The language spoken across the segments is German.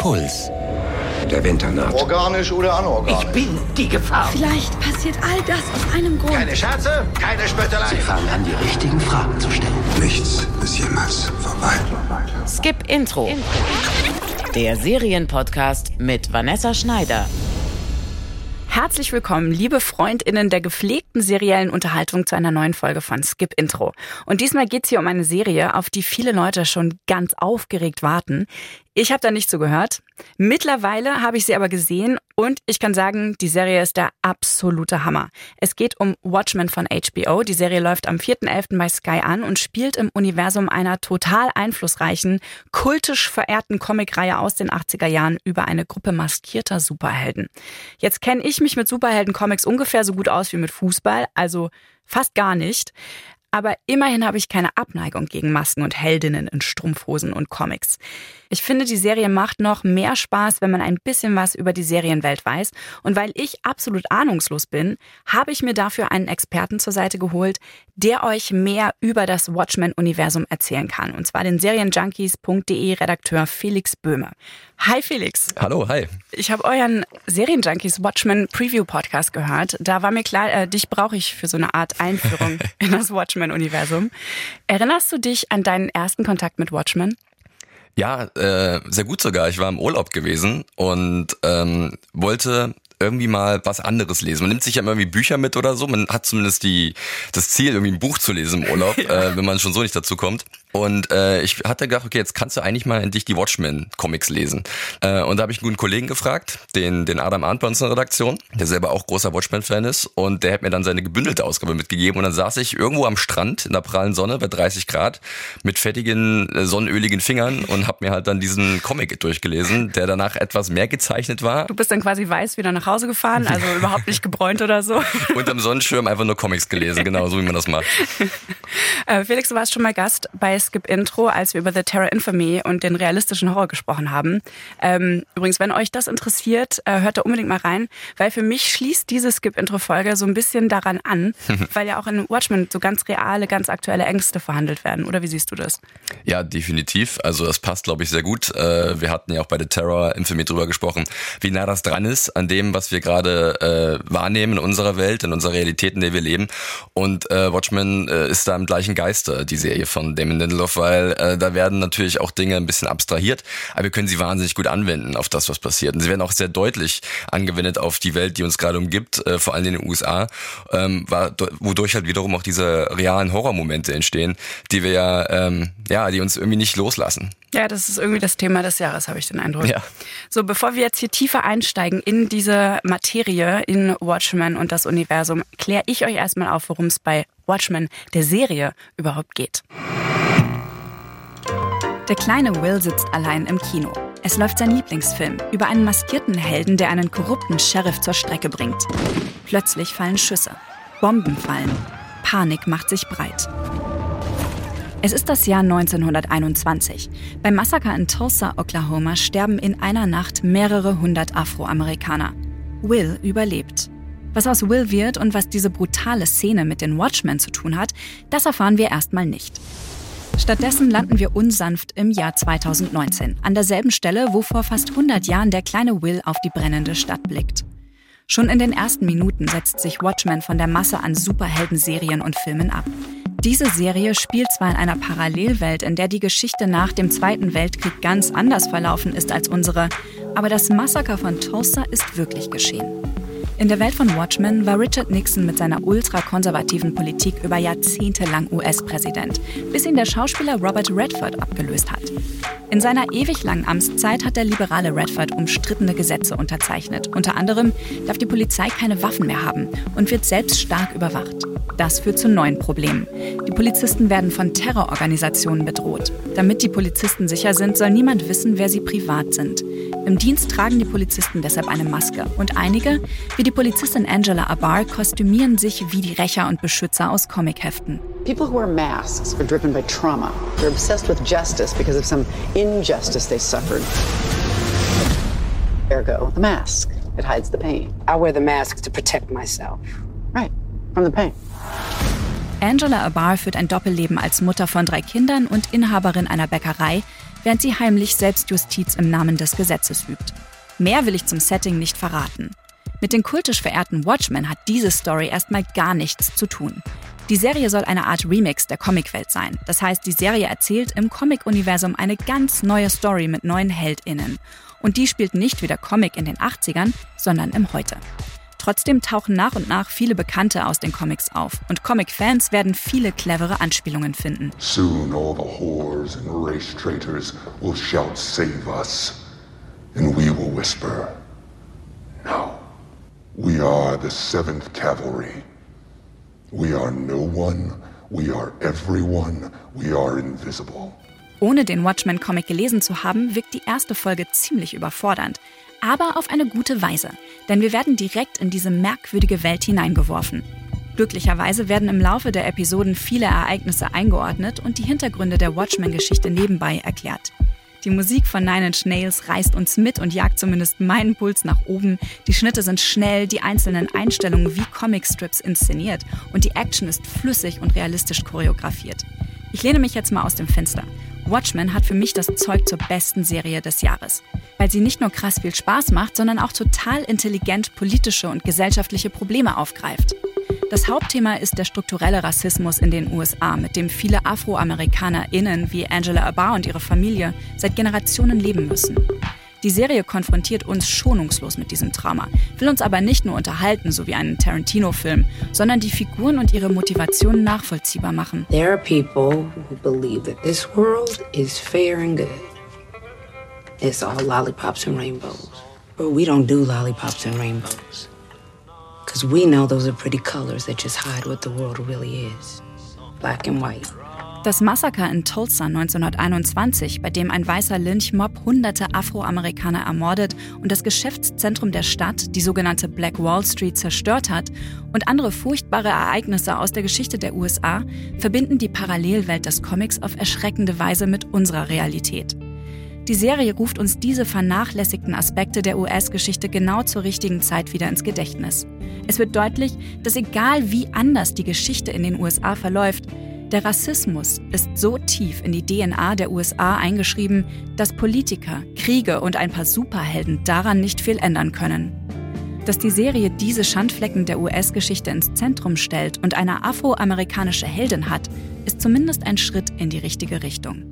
Puls. Der Winter naht. Organisch oder anorganisch? Ich bin die Gefahr. Vielleicht passiert all das aus einem Grund. Keine Scherze, keine Spöttelei. Sie fangen an, die richtigen Fragen zu stellen. Nichts ist jemals vorbei. Skip Intro. Der Serienpodcast mit Vanessa Schneider. Herzlich willkommen, liebe FreundInnen der gepflegten seriellen Unterhaltung zu einer neuen Folge von Skip Intro. Und diesmal geht's hier um eine Serie, auf die viele Leute schon ganz aufgeregt warten. Ich habe da nicht zugehört. Mittlerweile habe ich sie aber gesehen und ich kann sagen, die Serie ist der absolute Hammer. Es geht um Watchmen von HBO. Die Serie läuft am 4.11. bei Sky an und spielt im Universum einer total einflussreichen, kultisch verehrten Comicreihe aus den 80er Jahren über eine Gruppe maskierter Superhelden. Jetzt kenne ich mich mit Superhelden-Comics ungefähr so gut aus wie mit Fußball, also fast gar nicht. Aber immerhin habe ich keine Abneigung gegen Masken und Heldinnen in Strumpfhosen und Comics. Ich finde, die Serie macht noch mehr Spaß, wenn man ein bisschen was über die Serienwelt weiß. Und weil ich absolut ahnungslos bin, habe ich mir dafür einen Experten zur Seite geholt, der euch mehr über das Watchmen-Universum erzählen kann. Und zwar den Serienjunkies.de Redakteur Felix Böhme. Hi Felix. Hallo, hi. Ich habe euren Serienjunkies Watchmen Preview Podcast gehört. Da war mir klar, dich brauche ich für so eine Art Einführung in das Watchmen-Universum. Erinnerst du dich an deinen ersten Kontakt mit Watchmen? Ja, sehr gut sogar. Ich war im Urlaub gewesen und wollte irgendwie mal was anderes lesen. Man nimmt sich ja immer irgendwie Bücher mit oder so. Man hat zumindest das Ziel, irgendwie ein Buch zu lesen im Urlaub, wenn man schon so nicht dazu kommt. Und ich hatte gedacht, okay, jetzt kannst du eigentlich mal endlich die Watchmen-Comics lesen. Und da habe ich einen guten Kollegen gefragt, den Adam Arndt bei uns in der Redaktion, der selber auch großer Watchmen-Fan ist. Und der hat mir dann seine gebündelte Ausgabe mitgegeben. Und dann saß ich irgendwo am Strand in der prallen Sonne bei 30 Grad mit fettigen, sonnenöligen Fingern und habe mir halt dann diesen Comic durchgelesen, der danach etwas mehr gezeichnet war. Du bist dann quasi weiß wieder nach Hause gefahren, also überhaupt nicht gebräunt oder so. Unterm Sonnenschirm einfach nur Comics gelesen, genau so wie man das macht. Felix, du warst schon mal Gast bei Skip Intro, als wir über The Terror Infamy und den realistischen Horror gesprochen haben. Übrigens, wenn euch das interessiert, hört da unbedingt mal rein, weil für mich schließt diese Skip Intro Folge so ein bisschen daran an, weil ja auch in Watchmen so ganz reale, ganz aktuelle Ängste verhandelt werden. Oder wie siehst du das? Ja, definitiv. Also das passt, glaube ich, sehr gut. Wir hatten ja auch bei The Terror Infamy drüber gesprochen, wie nah das dran ist an dem, was wir gerade wahrnehmen in unserer Welt, in unserer Realität, in der wir leben. Und Watchmen ist da im gleichen Geiste, die Serie von Damon Lindelof, weil da werden natürlich auch Dinge ein bisschen abstrahiert, aber wir können sie wahnsinnig gut anwenden auf das, was passiert. Und sie werden auch sehr deutlich angewendet auf die Welt, die uns gerade umgibt, vor allem in den USA, wodurch halt wiederum auch diese realen Horrormomente entstehen, die wir die uns irgendwie nicht loslassen. Ja, das ist irgendwie das Thema des Jahres, habe ich den Eindruck. Ja. So, bevor wir jetzt hier tiefer einsteigen in diese Materie, in Watchmen und das Universum, kläre ich euch erstmal auf, worum es bei Watchmen, der Serie, überhaupt geht. Der kleine Will sitzt allein im Kino. Es läuft sein Lieblingsfilm über einen maskierten Helden, der einen korrupten Sheriff zur Strecke bringt. Plötzlich fallen Schüsse. Bomben fallen. Panik macht sich breit. Es ist das Jahr 1921. Beim Massaker in Tulsa, Oklahoma, sterben in einer Nacht mehrere hundert Afroamerikaner. Will überlebt. Was aus Will wird und was diese brutale Szene mit den Watchmen zu tun hat, das erfahren wir erstmal nicht. Stattdessen landen wir unsanft im Jahr 2019, an derselben Stelle, wo vor fast 100 Jahren der kleine Will auf die brennende Stadt blickt. Schon in den ersten Minuten setzt sich Watchmen von der Masse an Superhelden-Serien und Filmen ab. Diese Serie spielt zwar in einer Parallelwelt, in der die Geschichte nach dem Zweiten Weltkrieg ganz anders verlaufen ist als unsere, aber das Massaker von Tulsa ist wirklich geschehen. In der Welt von Watchmen war Richard Nixon mit seiner ultrakonservativen Politik über Jahrzehnte lang US-Präsident, bis ihn der Schauspieler Robert Redford abgelöst hat. In seiner ewig langen Amtszeit hat der liberale Redford umstrittene Gesetze unterzeichnet. Unter anderem darf die Polizei keine Waffen mehr haben und wird selbst stark überwacht. Das führt zu neuen Problemen. Die Polizisten werden von Terrororganisationen bedroht. Damit die Polizisten sicher sind, soll niemand wissen, wer sie privat sind. Im Dienst tragen die Polizisten deshalb eine Maske. Und einige, wie die Polizistin Angela Abar, kostümieren sich wie die Rächer und Beschützer aus Comicheften. People who wear masks are driven by trauma. They're obsessed with justice because of some injustice they suffered. Ergo, the mask. It hides the pain. I wear the mask to protect myself. Right, from the pain. Angela Abar führt ein Doppelleben als Mutter von 3 Kindern und Inhaberin einer Bäckerei, während sie heimlich Selbstjustiz im Namen des Gesetzes übt. Mehr will ich zum Setting nicht verraten. Mit den kultisch verehrten Watchmen hat diese Story erstmal gar nichts zu tun. Die Serie soll eine Art Remix der Comicwelt sein. Das heißt, die Serie erzählt im Comic-Universum eine ganz neue Story mit neuen HeldInnen. Und die spielt nicht wie der Comic in den 80ern, sondern im Heute. Trotzdem tauchen nach und nach viele Bekannte aus den Comics auf. Und Comic-Fans werden viele clevere Anspielungen finden. Soon all the whores and race traitors will shout, "Save us!" And we will whisper, "No. We are the 7th Cavalry. We are no one, we are everyone, we are invisible." Ohne den Watchmen-Comic gelesen zu haben, wirkt die erste Folge ziemlich überfordernd. Aber auf eine gute Weise, denn wir werden direkt in diese merkwürdige Welt hineingeworfen. Glücklicherweise werden im Laufe der Episoden viele Ereignisse eingeordnet und die Hintergründe der Watchmen-Geschichte nebenbei erklärt. Die Musik von Nine Inch Nails reißt uns mit und jagt zumindest meinen Puls nach oben. Die Schnitte sind schnell, die einzelnen Einstellungen wie Comicstrips inszeniert und die Action ist flüssig und realistisch choreografiert. Ich lehne mich jetzt mal aus dem Fenster. Watchmen hat für mich das Zeug zur besten Serie des Jahres, weil sie nicht nur krass viel Spaß macht, sondern auch total intelligent politische und gesellschaftliche Probleme aufgreift. Das Hauptthema ist der strukturelle Rassismus in den USA, mit dem viele AfroamerikanerInnen wie Angela Abar und ihre Familie seit Generationen leben müssen. Die Serie konfrontiert uns schonungslos mit diesem Trauma, will uns aber nicht nur unterhalten, so wie einen Tarantino-Film, sondern die Figuren und ihre Motivationen nachvollziehbar machen. There are people who believe that this world is fair and good. It's all lollipops and rainbows. But we don't do lollipops and rainbows. Because we know those are pretty colors that just hide what the world really is. Black and white. Das Massaker in Tulsa 1921, bei dem ein weißer Lynchmob hunderte Afroamerikaner ermordet und das Geschäftszentrum der Stadt, die sogenannte Black Wall Street, zerstört hat, und andere furchtbare Ereignisse aus der Geschichte der USA, verbinden die Parallelwelt des Comics auf erschreckende Weise mit unserer Realität. Die Serie ruft uns diese vernachlässigten Aspekte der US-Geschichte genau zur richtigen Zeit wieder ins Gedächtnis. Es wird deutlich, dass egal wie anders die Geschichte in den USA verläuft, der Rassismus ist so tief in die DNA der USA eingeschrieben, dass Politiker, Kriege und ein paar Superhelden daran nicht viel ändern können. Dass die Serie diese Schandflecken der US-Geschichte ins Zentrum stellt und eine afroamerikanische Heldin hat, ist zumindest ein Schritt in die richtige Richtung.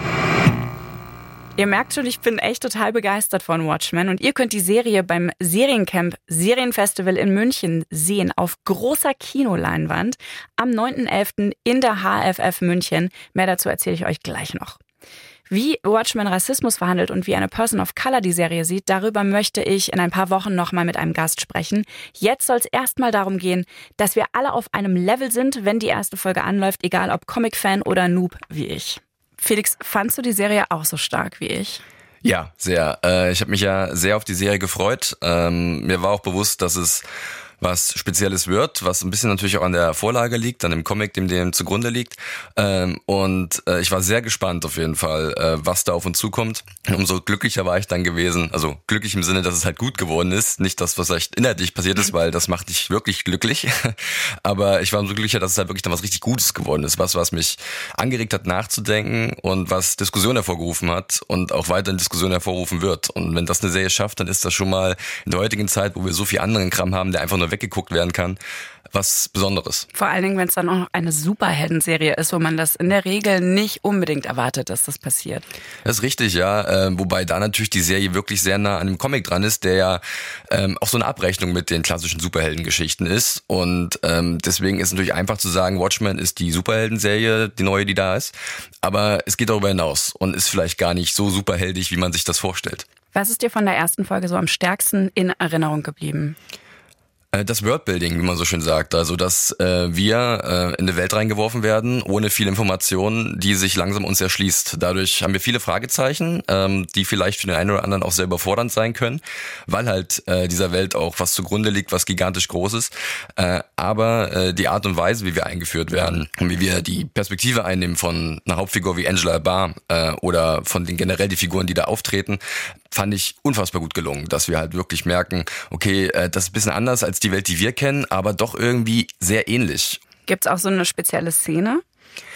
Ihr merkt schon, ich bin echt total begeistert von Watchmen und ihr könnt die Serie beim Seriencamp Serienfestival in München sehen, auf großer Kinoleinwand am 9.11. in der HFF München. Mehr dazu erzähle ich euch gleich noch. Wie Watchmen Rassismus verhandelt und wie eine Person of Color die Serie sieht, darüber möchte ich in ein paar Wochen nochmal mit einem Gast sprechen. Jetzt soll es erstmal darum gehen, dass wir alle auf einem Level sind, wenn die erste Folge anläuft, egal ob Comic-Fan oder Noob wie ich. Felix, fandst du die Serie auch so stark wie ich? Ja, sehr. Ich habe mich ja sehr auf die Serie gefreut. Mir war auch bewusst, dass es was Spezielles wird, was ein bisschen natürlich auch an der Vorlage liegt, an dem Comic, dem zugrunde liegt. Und ich war sehr gespannt auf jeden Fall, was da auf uns zukommt. Umso glücklicher war ich dann gewesen, also glücklich im Sinne, dass es halt gut geworden ist, nicht das, was echt inhaltlich passiert ist, weil das macht dich wirklich glücklich. Aber ich war umso glücklicher, dass es halt wirklich dann was richtig Gutes geworden ist, was mich angeregt hat nachzudenken und was Diskussion hervorgerufen hat und auch weiterhin Diskussion hervorrufen wird. Und wenn das eine Serie schafft, dann ist das schon mal in der heutigen Zeit, wo wir so viel anderen Kram haben, der einfach nur weggeguckt werden kann, was Besonderes. Vor allen Dingen, wenn es dann auch noch eine Superheldenserie ist, wo man das in der Regel nicht unbedingt erwartet, dass das passiert. Das ist richtig, ja. Wobei da natürlich die Serie wirklich sehr nah an dem Comic dran ist, der ja auch so eine Abrechnung mit den klassischen Superheldengeschichten ist. Und deswegen ist es natürlich einfach zu sagen, Watchmen ist die Superheldenserie, die neue, die da ist. Aber es geht darüber hinaus und ist vielleicht gar nicht so superheldig, wie man sich das vorstellt. Was ist dir von der ersten Folge so am stärksten in Erinnerung geblieben? Das Worldbuilding, wie man so schön sagt, also dass wir in eine Welt reingeworfen werden, ohne viel Information, die sich langsam uns erschließt. Dadurch haben wir viele Fragezeichen, die vielleicht für den einen oder anderen auch sehr überfordernd sein können, weil halt dieser Welt auch was zugrunde liegt, was gigantisch groß ist. Aber die Art und Weise, wie wir eingeführt werden und wie wir die Perspektive einnehmen von einer Hauptfigur wie Angela Abar oder von den generell die Figuren, die da auftreten, fand ich unfassbar gut gelungen, dass wir halt wirklich merken, okay, das ist ein bisschen anders als die Welt, die wir kennen, aber doch irgendwie sehr ähnlich. Gibt's auch so eine spezielle Szene?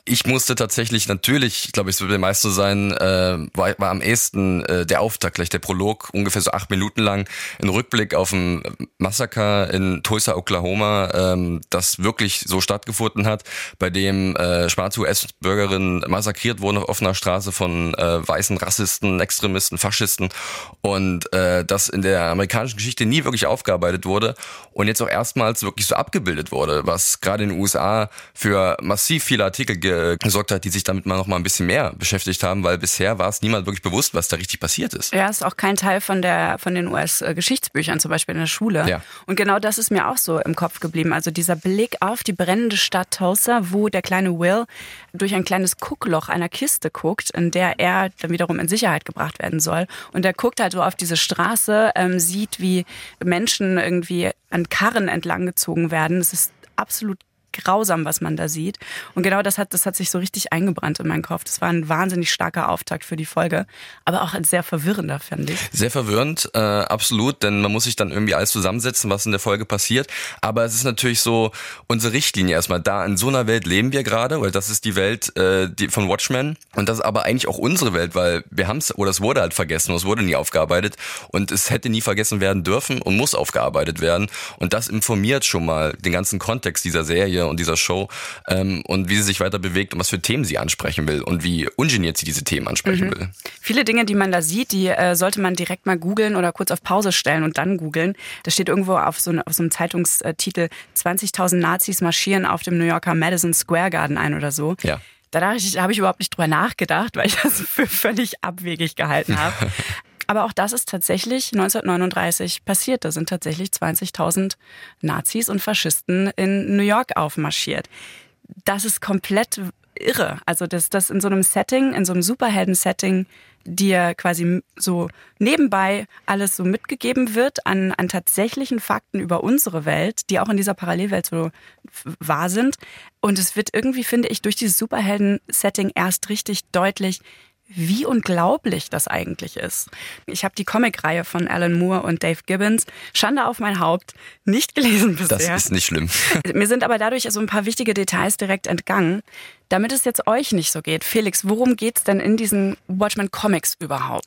Ich musste tatsächlich natürlich, ich glaube, es wird den meisten so sein, war am ehesten der Auftakt, gleich der Prolog, ungefähr so 8 Minuten lang, ein Rückblick auf ein Massaker in Tulsa, Oklahoma, das wirklich so stattgefunden hat, bei dem schwarze US-Bürgerinnen massakriert wurden auf offener Straße von weißen Rassisten, Extremisten, Faschisten und das in der amerikanischen Geschichte nie wirklich aufgearbeitet wurde und jetzt auch erstmals wirklich so abgebildet wurde, was gerade in den USA für massiv viele Artikel gesorgt hat, die sich damit mal noch mal ein bisschen mehr beschäftigt haben, weil bisher war es niemand wirklich bewusst, was da richtig passiert ist. Ja, ist auch kein Teil von den US-Geschichtsbüchern, zum Beispiel in der Schule. Ja. Und genau das ist mir auch so im Kopf geblieben. Also dieser Blick auf die brennende Stadt Tulsa, wo der kleine Will durch ein kleines Guckloch einer Kiste guckt, in der er dann wiederum in Sicherheit gebracht werden soll. Und er guckt halt so auf diese Straße, sieht, wie Menschen irgendwie an Karren entlang gezogen werden. Es ist absolut grausam, was man da sieht. Und genau das hat sich so richtig eingebrannt in meinen Kopf. Das war ein wahnsinnig starker Auftakt für die Folge, aber auch ein sehr verwirrender, finde ich. Sehr verwirrend, absolut, denn man muss sich dann irgendwie alles zusammensetzen, was in der Folge passiert. Aber es ist natürlich so unsere Richtlinie erstmal da. In so einer Welt leben wir gerade, weil das ist die Welt von Watchmen. Und das ist aber eigentlich auch unsere Welt, weil wir haben es, oder es wurde halt vergessen, es wurde nie aufgearbeitet. Und es hätte nie vergessen werden dürfen und muss aufgearbeitet werden. Und das informiert schon mal den ganzen Kontext dieser Serie und dieser Show und wie sie sich weiter bewegt und was für Themen sie ansprechen will und wie ungeniert sie diese Themen ansprechen will. Viele Dinge, die man da sieht, die sollte man direkt mal googeln oder kurz auf Pause stellen und dann googeln. Da steht irgendwo auf so einem Zeitungstitel 20.000 Nazis marschieren auf dem New Yorker Madison Square Garden ein oder so. Ja. Da habe ich überhaupt nicht drüber nachgedacht, weil ich das für völlig abwegig gehalten habe. Aber auch das ist tatsächlich 1939 passiert. Da sind tatsächlich 20.000 Nazis und Faschisten in New York aufmarschiert. Das ist komplett irre. Also das in so einem Setting, in so einem Superhelden-Setting, dir quasi so nebenbei alles so mitgegeben wird an tatsächlichen Fakten über unsere Welt, die auch in dieser Parallelwelt so wahr sind. Und es wird irgendwie, finde ich, durch dieses Superhelden-Setting erst richtig deutlich, wie unglaublich das eigentlich ist. Ich habe die Comicreihe von Alan Moore und Dave Gibbons, Schande auf mein Haupt, nicht gelesen bisher. Das ist nicht schlimm. Mir sind aber dadurch so ein paar wichtige Details direkt entgangen. Damit es jetzt euch nicht so geht, Felix, worum geht's denn in diesen Watchmen-Comics überhaupt?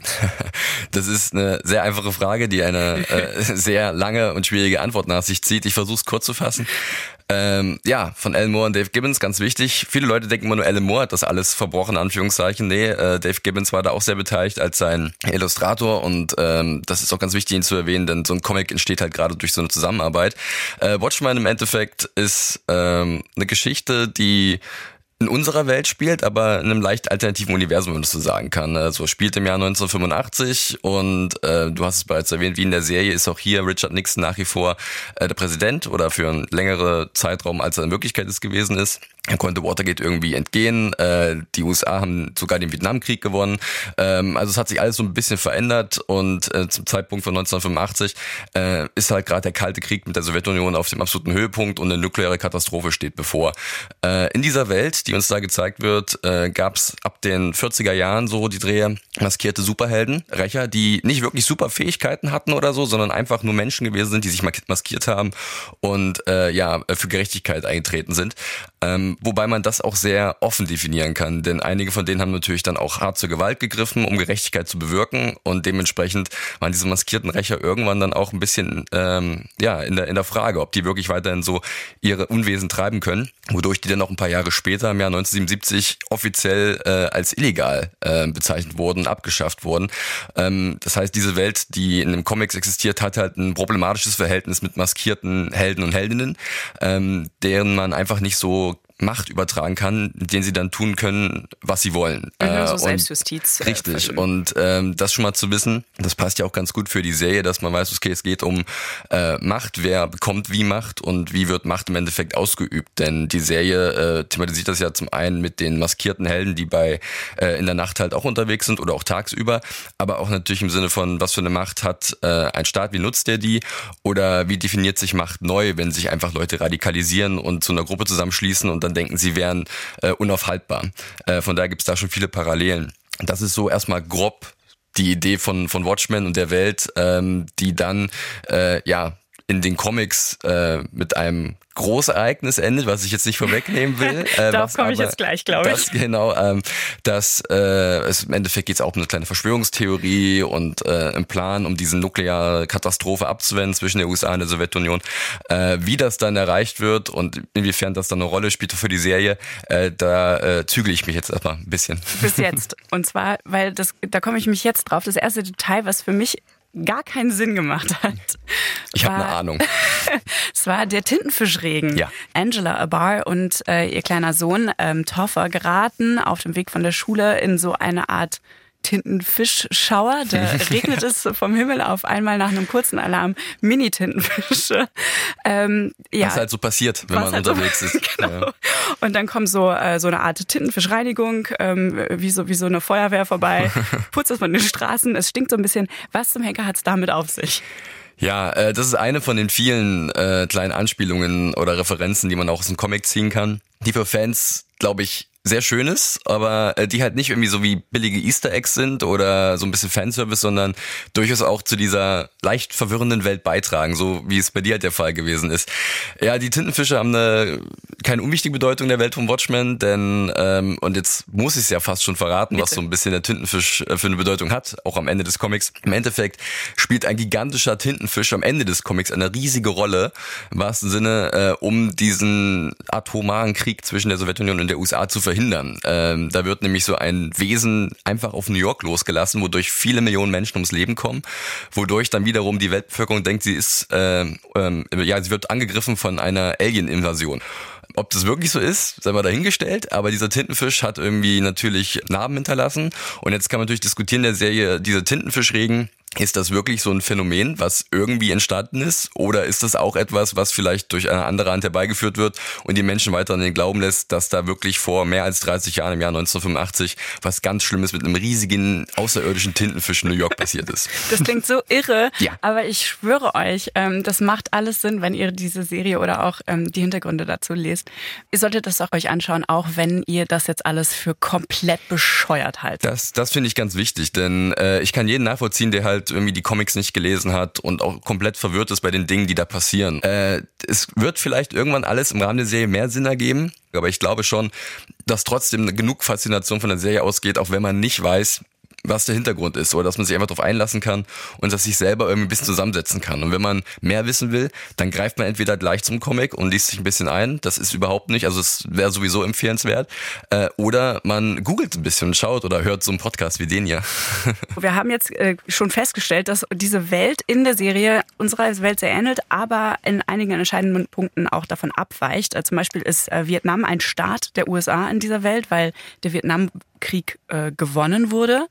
Das ist eine sehr einfache Frage, die eine sehr lange und schwierige Antwort nach sich zieht. Ich versuche es kurz zu fassen. Von Alan Moore und Dave Gibbons, ganz wichtig. Viele Leute denken immer nur, Alan Moore hat das alles verbrochen, Anführungszeichen. Nee, Dave Gibbons war da auch sehr beteiligt als sein Illustrator und das ist auch ganz wichtig, ihn zu erwähnen, denn so ein Comic entsteht halt gerade durch so eine Zusammenarbeit. Watchmen im Endeffekt ist eine Geschichte, die in unserer Welt spielt, aber in einem leicht alternativen Universum, wenn man das so sagen kann. Also spielt im Jahr 1985 und du hast es bereits erwähnt, wie in der Serie ist auch hier Richard Nixon nach wie vor der Präsident oder für einen längeren Zeitraum, als er in Wirklichkeit es gewesen ist. Er konnte Watergate irgendwie entgehen. Die USA haben sogar den Vietnamkrieg gewonnen. Also es hat sich alles so ein bisschen verändert und zum Zeitpunkt von 1985 ist halt gerade der Kalte Krieg mit der Sowjetunion auf dem absoluten Höhepunkt und eine nukleare Katastrophe steht bevor. In dieser Welt, die uns da gezeigt wird, gab es ab den 40er Jahren so die Drehe maskierte Superhelden, Rächer, die nicht wirklich super Fähigkeiten hatten oder so, sondern einfach nur Menschen gewesen sind, die sich maskiert haben und für Gerechtigkeit eingetreten sind. Wobei man das auch sehr offen definieren kann, denn einige von denen haben natürlich dann auch hart zur Gewalt gegriffen, um Gerechtigkeit zu bewirken und dementsprechend waren diese maskierten Rächer irgendwann dann auch ein bisschen in der Frage, ob die wirklich weiterhin so ihre Unwesen treiben können, wodurch die dann noch ein paar Jahre später, im Jahr 1977, offiziell als illegal bezeichnet wurden, abgeschafft wurden. Das heißt, diese Welt, die in den Comics existiert, hat halt ein problematisches Verhältnis mit maskierten Helden und Heldinnen, deren man einfach nicht so Macht übertragen kann, mit denen sie dann tun können, was sie wollen. So Selbstjustiz. Richtig. Und das schon mal zu wissen, das passt ja auch ganz gut für die Serie, dass man weiß, okay, es geht um Macht, wer bekommt wie Macht und wie wird Macht im Endeffekt ausgeübt. Denn die Serie thematisiert das ja zum einen mit den maskierten Helden, die in der Nacht halt auch unterwegs sind oder auch tagsüber, aber auch natürlich im Sinne von, was für eine Macht hat ein Staat, wie nutzt der die oder wie definiert sich Macht neu, wenn sich einfach Leute radikalisieren und zu einer Gruppe zusammenschließen und dann denken, sie wären unaufhaltbar. Von daher gibt es da schon viele Parallelen. Das ist so erstmal grob die Idee von Watchmen und der Welt, die dann in den Comics mit einem Großereignis endet, was ich jetzt nicht vorwegnehmen will. Darauf komme ich jetzt gleich, glaube ich. Genau, im Endeffekt geht es auch um eine kleine Verschwörungstheorie und im Plan, um diese nukleare Katastrophe abzuwenden zwischen der USA und der Sowjetunion. Wie das dann erreicht wird und inwiefern das dann eine Rolle spielt für die Serie, da zügle ich mich jetzt erstmal ein bisschen. Bis jetzt. Und zwar, weil da komme ich mich jetzt drauf. Das erste Detail, was für mich gar keinen Sinn gemacht hat. Ich habe eine Ahnung. Es war der Tintenfischregen. Ja. Angela Abar und ihr kleiner Sohn Toffer geraten auf dem Weg von der Schule in so eine Art Tintenfischschauer. Da regnet es vom Himmel auf einmal nach einem kurzen Alarm Mini-Tintenfische. Was halt so passiert, wenn man unterwegs ist. Genau. Ja. Und dann kommt so eine Art Tintenfischreinigung, wie so eine Feuerwehr vorbei, putzt das von den Straßen, es stinkt so ein bisschen. Was zum Henker hat's damit auf sich? Ja, das ist eine von den vielen kleinen Anspielungen oder Referenzen, die man auch aus dem Comic ziehen kann, die für Fans, glaube ich, sehr schön ist, aber die halt nicht irgendwie so wie billige Easter Eggs sind oder so ein bisschen Fanservice, sondern durchaus auch zu dieser leicht verwirrenden Welt beitragen, so wie es bei dir halt der Fall gewesen ist. Ja, die Tintenfische haben keine unwichtige Bedeutung in der Welt von Watchmen, denn und jetzt muss ich es ja fast schon verraten, was so ein bisschen der Tintenfisch für eine Bedeutung hat, auch am Ende des Comics. Im Endeffekt spielt ein gigantischer Tintenfisch am Ende des Comics eine riesige Rolle, im wahrsten Sinne, um diesen atomaren Krieg zwischen der Sowjetunion und der USA zu verhindern. Da wird nämlich so ein Wesen einfach auf New York losgelassen, wodurch viele Millionen Menschen ums Leben kommen, wodurch dann wiederum die Weltbevölkerung denkt, sie wird angegriffen von einer Alien-Invasion. Ob das wirklich so ist, sei mal dahingestellt, aber dieser Tintenfisch hat irgendwie natürlich Narben hinterlassen und jetzt kann man natürlich diskutieren in der Serie, dieser Tintenfischregen, ist das wirklich so ein Phänomen, was irgendwie entstanden ist? Oder ist das auch etwas, was vielleicht durch eine andere Hand herbeigeführt wird und die Menschen weiter an den Glauben lässt, dass da wirklich vor mehr als 30 Jahren, im Jahr 1985, was ganz Schlimmes mit einem riesigen außerirdischen Tintenfisch in New York passiert ist? Das klingt so irre, ja. Aber ich schwöre euch, das macht alles Sinn, wenn ihr diese Serie oder auch die Hintergründe dazu lest. Ihr solltet das auch euch anschauen, auch wenn ihr das jetzt alles für komplett bescheuert haltet. Das finde ich ganz wichtig, denn ich kann jeden nachvollziehen, der halt irgendwie die Comics nicht gelesen hat und auch komplett verwirrt ist bei den Dingen, die da passieren. Es wird vielleicht irgendwann alles im Rahmen der Serie mehr Sinn ergeben, aber ich glaube schon, dass trotzdem genug Faszination von der Serie ausgeht, auch wenn man nicht weiß, was der Hintergrund ist oder dass man sich einfach darauf einlassen kann und dass sich selber irgendwie ein bisschen zusammensetzen kann. Und wenn man mehr wissen will, dann greift man entweder gleich zum Comic und liest sich ein bisschen ein. Das ist überhaupt nicht, also es wäre sowieso empfehlenswert. Oder man googelt ein bisschen und schaut oder hört so einen Podcast wie den hier. Wir haben jetzt schon festgestellt, dass diese Welt in der Serie unserer Welt sehr ähnelt, aber in einigen entscheidenden Punkten auch davon abweicht. Zum Beispiel ist Vietnam ein Staat der USA in dieser Welt, weil der Vietnamkrieg gewonnen wurde.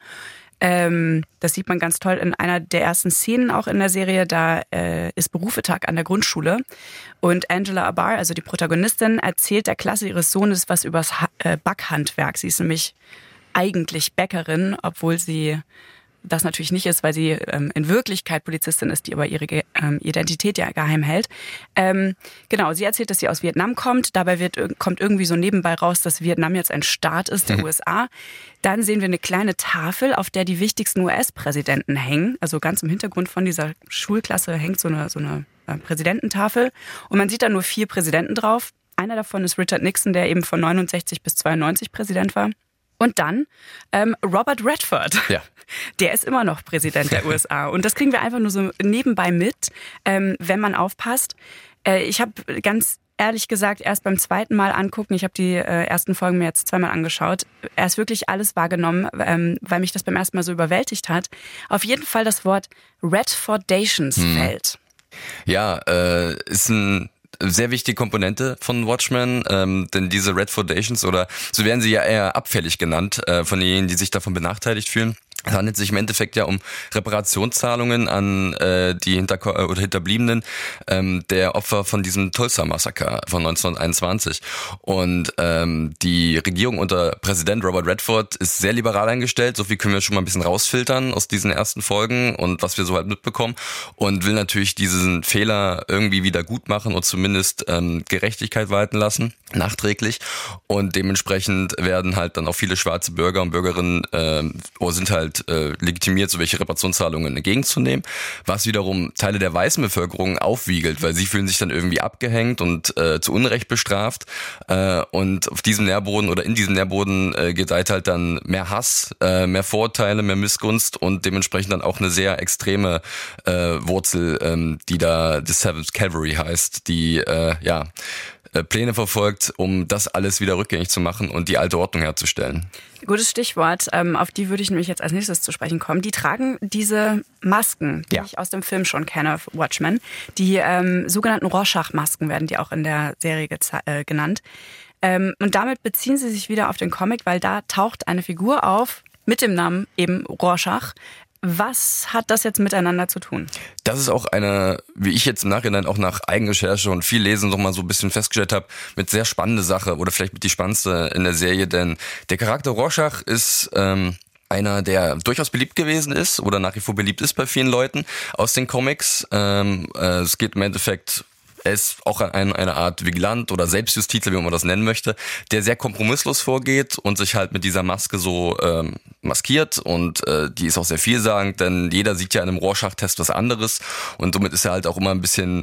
Das sieht man ganz toll in einer der ersten Szenen auch in der Serie. Da ist Berufetag an der Grundschule und Angela Abar, also die Protagonistin, erzählt der Klasse ihres Sohnes was übers Backhandwerk. Sie ist nämlich eigentlich Bäckerin, obwohl sie das natürlich nicht ist, weil sie in Wirklichkeit Polizistin ist, die aber ihre Identität ja geheim hält. Genau, sie erzählt, dass sie aus Vietnam kommt. Dabei kommt irgendwie so nebenbei raus, dass Vietnam jetzt ein Staat ist, der USA. Dann sehen wir eine kleine Tafel, auf der die wichtigsten US-Präsidenten hängen. Also ganz im Hintergrund von dieser Schulklasse hängt so eine Präsidententafel. Und man sieht da nur 4 Präsidenten drauf. Einer davon ist Richard Nixon, der eben von 69 bis 92 Präsident war. Und dann Robert Redford. Ja. Der ist immer noch Präsident der USA. Und das kriegen wir einfach nur so nebenbei mit, wenn man aufpasst. Ich habe ganz ehrlich gesagt erst beim zweiten Mal angucken, ich habe die ersten Folgen mir jetzt 2-mal angeschaut, erst wirklich alles wahrgenommen, weil mich das beim ersten Mal so überwältigt hat. Auf jeden Fall das Wort Redfordations fällt. Ja, ist ein sehr wichtige Komponente von Watchmen, denn diese Redfordations, oder so werden sie ja eher abfällig genannt, von denen, die sich davon benachteiligt fühlen. Es handelt sich im Endeffekt ja um Reparationszahlungen an die Hinterbliebenen der Opfer von diesem Tulsa-Massaker von 1921. Und die Regierung unter Präsident Robert Redford ist sehr liberal eingestellt. So viel können wir schon mal ein bisschen rausfiltern aus diesen ersten Folgen und was wir so halt mitbekommen. Und will natürlich diesen Fehler irgendwie wieder gut machen und zumindest Gerechtigkeit walten lassen, nachträglich. Und dementsprechend werden halt dann auch viele schwarze Bürger und Bürgerinnen sind halt halt legitimiert, so welche Reparationszahlungen entgegenzunehmen, was wiederum Teile der weißen Bevölkerung aufwiegelt, weil sie fühlen sich dann irgendwie abgehängt und zu Unrecht bestraft und auf diesem Nährboden oder in diesem Nährboden gedeiht halt dann mehr Hass, mehr Vorurteile, mehr Missgunst und dementsprechend dann auch eine sehr extreme Wurzel, die da The Seventh Cavalry heißt, die Pläne verfolgt, um das alles wieder rückgängig zu machen und die alte Ordnung herzustellen. Gutes Stichwort, auf die würde ich nämlich jetzt als nächstes zu sprechen kommen. Die tragen diese Masken, die ich aus dem Film schon kenne, Watchmen. Die sogenannten Rorschach-Masken werden die auch in der Serie genannt. Und damit beziehen sie sich wieder auf den Comic, weil da taucht eine Figur auf mit dem Namen eben Rorschach. Was hat das jetzt miteinander zu tun? Das ist auch eine, wie ich jetzt im Nachhinein auch nach Eigenrecherche und viel Lesen noch mal so ein bisschen festgestellt habe, mit sehr spannende Sache oder vielleicht mit die spannendste in der Serie, denn der Charakter Rorschach ist einer, der durchaus beliebt gewesen ist oder nach wie vor beliebt ist bei vielen Leuten aus den Comics. Es geht im Endeffekt, er ist auch eine Art Vigilant oder Selbstjustiz, wie man das nennen möchte, der sehr kompromisslos vorgeht und sich halt mit dieser Maske so maskiert und die ist auch sehr vielsagend, denn jeder sieht ja in einem Rorschach-Test was anderes und somit ist er halt auch immer ein bisschen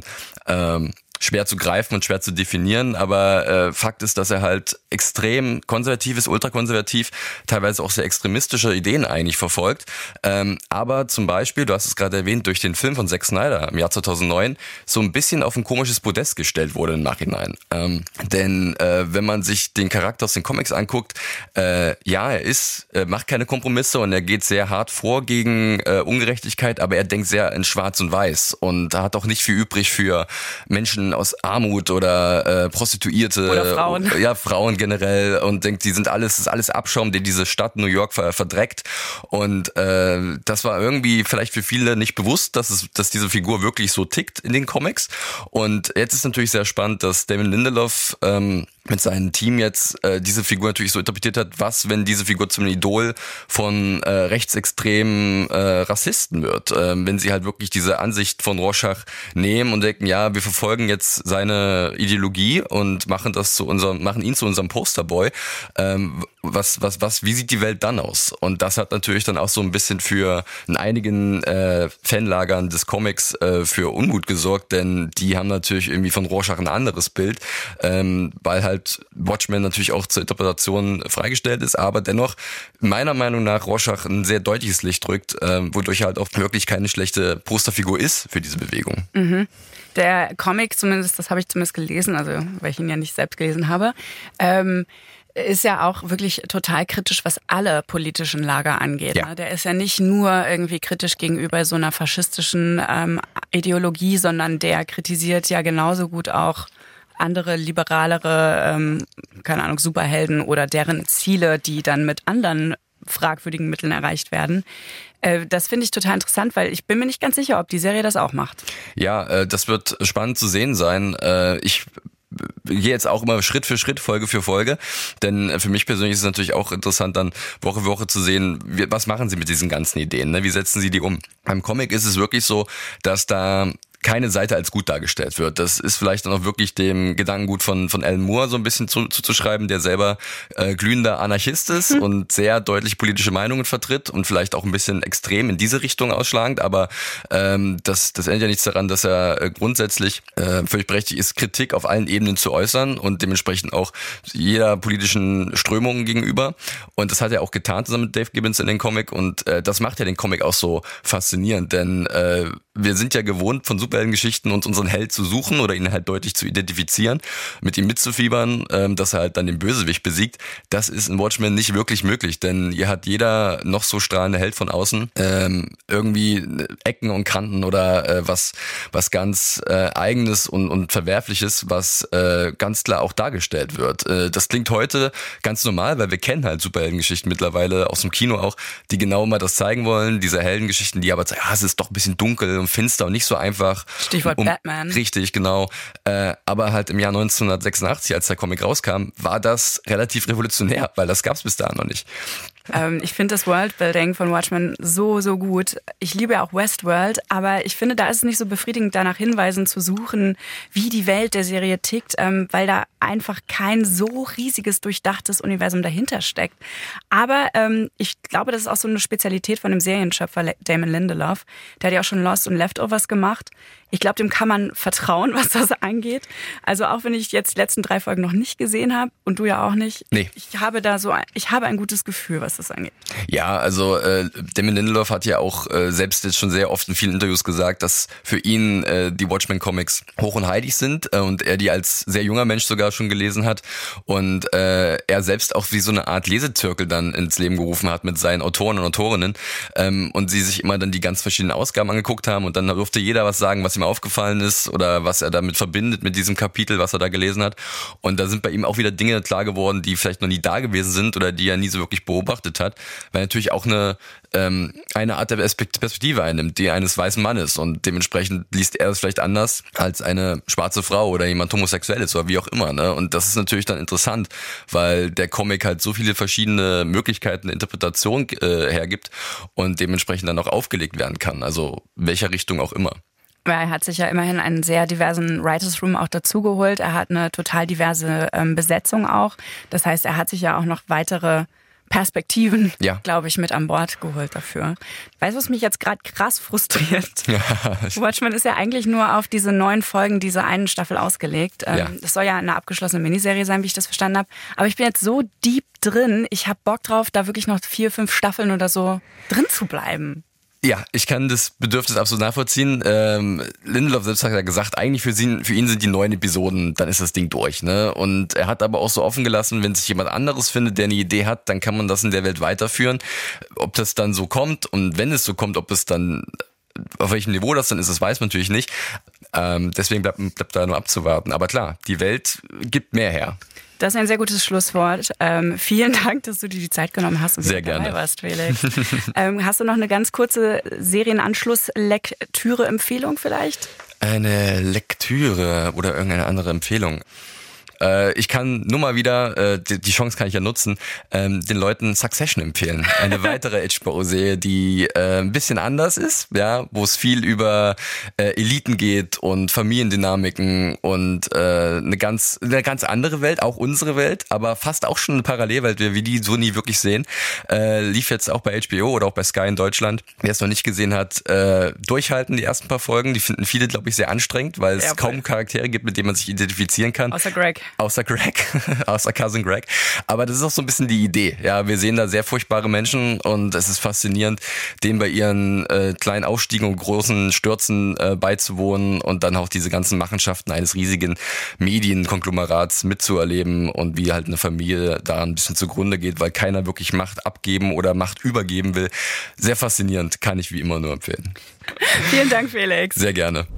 schwer zu greifen und schwer zu definieren, aber Fakt ist, dass er halt extrem konservativ ist, ultrakonservativ, teilweise auch sehr extremistische Ideen eigentlich verfolgt, aber zum Beispiel, du hast es gerade erwähnt, durch den Film von Zack Snyder im Jahr 2009 so ein bisschen auf ein komisches Podest gestellt wurde im Nachhinein. Denn wenn man sich den Charakter aus den Comics anguckt, er macht keine Kompromisse und er geht sehr hart vor gegen Ungerechtigkeit, aber er denkt sehr in Schwarz und Weiß und hat auch nicht viel übrig für Menschen aus Armut oder Prostituierte oder Frauen. Frauen generell und denkt, das ist alles Abschaum, der diese Stadt New York verdreckt und das war irgendwie vielleicht für viele nicht bewusst, dass diese Figur wirklich so tickt in den Comics und jetzt ist natürlich sehr spannend, dass Damon Lindelof mit seinem Team jetzt diese Figur natürlich so interpretiert hat, was, wenn diese Figur zum Idol von rechtsextremen Rassisten wird. Wenn sie halt wirklich diese Ansicht von Rorschach nehmen und denken, ja, wir verfolgen jetzt seine Ideologie und machen ihn zu unserem Posterboy. Wie sieht die Welt dann aus? Und das hat natürlich dann auch so ein bisschen für in einigen Fanlagern des Comics für Unmut gesorgt, denn die haben natürlich irgendwie von Rorschach ein anderes Bild, weil halt Watchmen natürlich auch zur Interpretation freigestellt ist, aber dennoch meiner Meinung nach Rorschach ein sehr deutliches Licht drückt, wodurch er halt auch wirklich keine schlechte Posterfigur ist für diese Bewegung. Mhm. Der Comic zumindest, das habe ich zumindest gelesen, also weil ich ihn ja nicht selbst gelesen habe, ist ja auch wirklich total kritisch, was alle politischen Lager angeht. Ja. Ne? Der ist ja nicht nur irgendwie kritisch gegenüber so einer faschistischen Ideologie, sondern der kritisiert ja genauso gut auch andere liberalere, Superhelden oder deren Ziele, die dann mit anderen fragwürdigen Mitteln erreicht werden. Das finde ich total interessant, weil ich bin mir nicht ganz sicher, ob die Serie das auch macht. Ja, das wird spannend zu sehen sein. Ich gehe jetzt auch immer Schritt für Schritt, Folge für Folge, denn für mich persönlich ist es natürlich auch interessant, dann Woche für Woche zu sehen, was machen sie mit diesen ganzen Ideen, ne? Wie setzen sie die um? Beim Comic ist es wirklich so, dass da keine Seite als gut dargestellt wird. Das ist vielleicht dann auch wirklich dem Gedankengut von Alan Moore so ein bisschen zuzuschreiben, der selber glühender Anarchist ist und sehr deutlich politische Meinungen vertritt und vielleicht auch ein bisschen extrem in diese Richtung ausschlagend, aber das ändert ja nichts daran, dass er grundsätzlich völlig berechtigt ist, Kritik auf allen Ebenen zu äußern und dementsprechend auch jeder politischen Strömung gegenüber. Und das hat er auch getan zusammen mit Dave Gibbons in den Comic und das macht ja den Comic auch so faszinierend, denn wir sind ja gewohnt, von Superheldengeschichten uns unseren Held zu suchen oder ihn halt deutlich zu identifizieren, mit ihm mitzufiebern, dass er halt dann den Bösewicht besiegt. Das ist in Watchmen nicht wirklich möglich, denn hier hat jeder noch so strahlende Held von außen irgendwie Ecken und Kanten oder was ganz Eigenes und Verwerfliches, was ganz klar auch dargestellt wird. Das klingt heute ganz normal, weil wir kennen halt Superheldengeschichten mittlerweile aus dem Kino auch, die genau mal das zeigen wollen, diese Heldengeschichten, die aber zeigen, es ist doch ein bisschen dunkel und finster und nicht so einfach. Stichwort Batman. Richtig, genau. Aber halt im Jahr 1986, als der Comic rauskam, war das relativ revolutionär, weil das gab es bis dahin noch nicht. Ich finde das Worldbuilding von Watchmen so, so gut. Ich liebe ja auch Westworld, aber ich finde, da ist es nicht so befriedigend, danach Hinweisen zu suchen, wie die Welt der Serie tickt, weil da einfach kein so riesiges, durchdachtes Universum dahinter steckt. Aber ich glaube, das ist auch so eine Spezialität von dem Serienschöpfer Damon Lindelof. Der hat ja auch schon Lost und Leftovers gemacht. Ich glaube, dem kann man vertrauen, was das angeht. Also auch wenn ich jetzt die letzten 3 Folgen noch nicht gesehen habe und du ja auch nicht. Nee. Ich habe ein gutes Gefühl, was das angeht. Ja, also Damon Lindelof hat ja auch selbst jetzt schon sehr oft in vielen Interviews gesagt, dass für ihn die Watchmen-Comics hoch und heilig sind und er die als sehr junger Mensch sogar schon gelesen hat und er selbst auch wie so eine Art Lesezirkel dann ins Leben gerufen hat mit seinen Autoren und Autorinnen und sie sich immer dann die ganz verschiedenen Ausgaben angeguckt haben und dann durfte jeder was sagen, was ihm aufgefallen ist oder was er damit verbindet mit diesem Kapitel, was er da gelesen hat. Und da sind bei ihm auch wieder Dinge klar geworden, die vielleicht noch nie da gewesen sind oder die er nie so wirklich beobachtet hat, weil natürlich auch eine Art der Perspektive einnimmt, die eines weißen Mannes und dementsprechend liest er es vielleicht anders als eine schwarze Frau oder jemand Homosexuelles oder wie auch immer. Ne? Und das ist natürlich dann interessant, weil der Comic halt so viele verschiedene Möglichkeiten der Interpretation hergibt und dementsprechend dann auch aufgelegt werden kann, also welcher Richtung auch immer. Er hat sich ja immerhin einen sehr diversen Writers Room auch dazugeholt. Er hat eine total diverse Besetzung auch. Das heißt, er hat sich ja auch noch weitere Perspektiven, glaube ich, mit an Bord geholt dafür. Weißt du, was mich jetzt gerade krass frustriert? Ja. Watchmen ist ja eigentlich nur auf diese 9 Folgen dieser einen Staffel ausgelegt. Das soll ja eine abgeschlossene Miniserie sein, wie ich das verstanden habe. Aber ich bin jetzt so deep drin, ich habe Bock drauf, da wirklich noch 4, 5 Staffeln oder so drin zu bleiben. Ja, ich kann das Bedürfnis absolut nachvollziehen. Lindelof selbst hat ja gesagt, eigentlich für ihn sind die 9 Episoden, dann ist das Ding durch. Ne? Und er hat aber auch so offen gelassen, wenn sich jemand anderes findet, der eine Idee hat, dann kann man das in der Welt weiterführen. Ob das dann so kommt und wenn es so kommt, ob es dann, auf welchem Niveau das dann ist, das weiß man natürlich nicht. Deswegen bleibt da nur abzuwarten. Aber klar, die Welt gibt mehr her. Das ist ein sehr gutes Schlusswort. Vielen Dank, dass du dir die Zeit genommen hast und sehr gerne dabei warst, Felix. Hast du noch eine ganz kurze Serienanschluss-Lektüre-Empfehlung vielleicht? Eine Lektüre oder irgendeine andere Empfehlung? Ich kann nur mal wieder, die Chance kann ich ja nutzen, den Leuten Succession empfehlen. Eine weitere HBO-Serie, die ein bisschen anders ist, ja, wo es viel über Eliten geht und Familiendynamiken und eine ganz andere Welt, auch unsere Welt, aber fast auch schon eine Parallelwelt, wie wir die so nie wirklich sehen. Lief jetzt auch bei HBO oder auch bei Sky in Deutschland. Wer es noch nicht gesehen hat, durchhalten die ersten paar Folgen. Die finden viele, glaube ich, sehr anstrengend, weil es kaum Charaktere gibt, mit denen man sich identifizieren kann. Außer Greg. Außer Cousin Greg. Aber das ist auch so ein bisschen die Idee. Ja, wir sehen da sehr furchtbare Menschen und es ist faszinierend, denen bei ihren kleinen Aufstiegen und großen Stürzen beizuwohnen und dann auch diese ganzen Machenschaften eines riesigen Medienkonglomerats mitzuerleben und wie halt eine Familie da ein bisschen zugrunde geht, weil keiner wirklich Macht abgeben oder Macht übergeben will. Sehr faszinierend, kann ich wie immer nur empfehlen. Vielen Dank, Felix. Sehr gerne.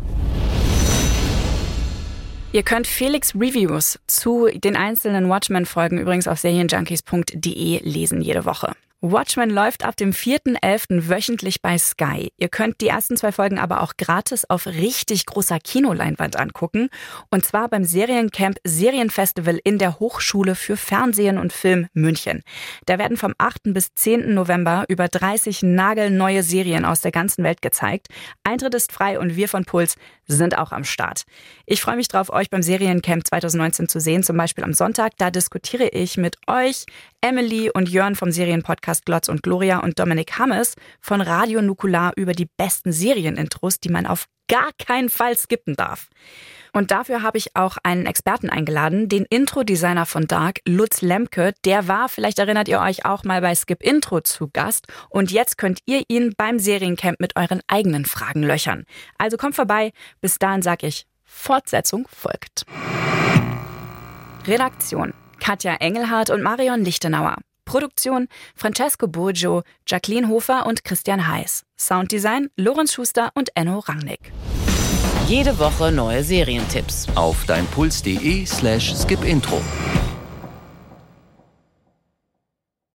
Ihr könnt Felix Reviews zu den einzelnen Watchmen-Folgen übrigens auf serienjunkies.de lesen jede Woche. Watchmen läuft ab dem 4.11. wöchentlich bei Sky. Ihr könnt die ersten 2 Folgen aber auch gratis auf richtig großer Kinoleinwand angucken. Und zwar beim Seriencamp Serienfestival in der Hochschule für Fernsehen und Film München. Da werden vom 8. bis 10. November über 30 nagelneue Serien aus der ganzen Welt gezeigt. Eintritt ist frei und wir von Puls sind auch am Start. Ich freue mich drauf, euch beim Seriencamp 2019 zu sehen, zum Beispiel am Sonntag. Da diskutiere ich mit euch, Emily und Jörn vom Serienpodcast Glotz und Gloria und Dominik Hammes von Radio Nukular über die besten Serienintros, die man auf gar keinen Fall skippen darf. Und dafür habe ich auch einen Experten eingeladen, den Intro-Designer von Dark, Lutz Lemke. Der war, vielleicht erinnert ihr euch, auch mal bei Skip Intro zu Gast. Und jetzt könnt ihr ihn beim Seriencamp mit euren eigenen Fragen löchern. Also kommt vorbei. Bis dahin sage ich, Fortsetzung folgt. Redaktion: Katja Engelhardt und Marion Lichtenauer. Produktion: Francesco Burgio, Jacqueline Hofer und Christian Heiß. Sounddesign: Lorenz Schuster und Enno Rangnick. Jede Woche neue Serientipps auf deinpuls.de/skipintro.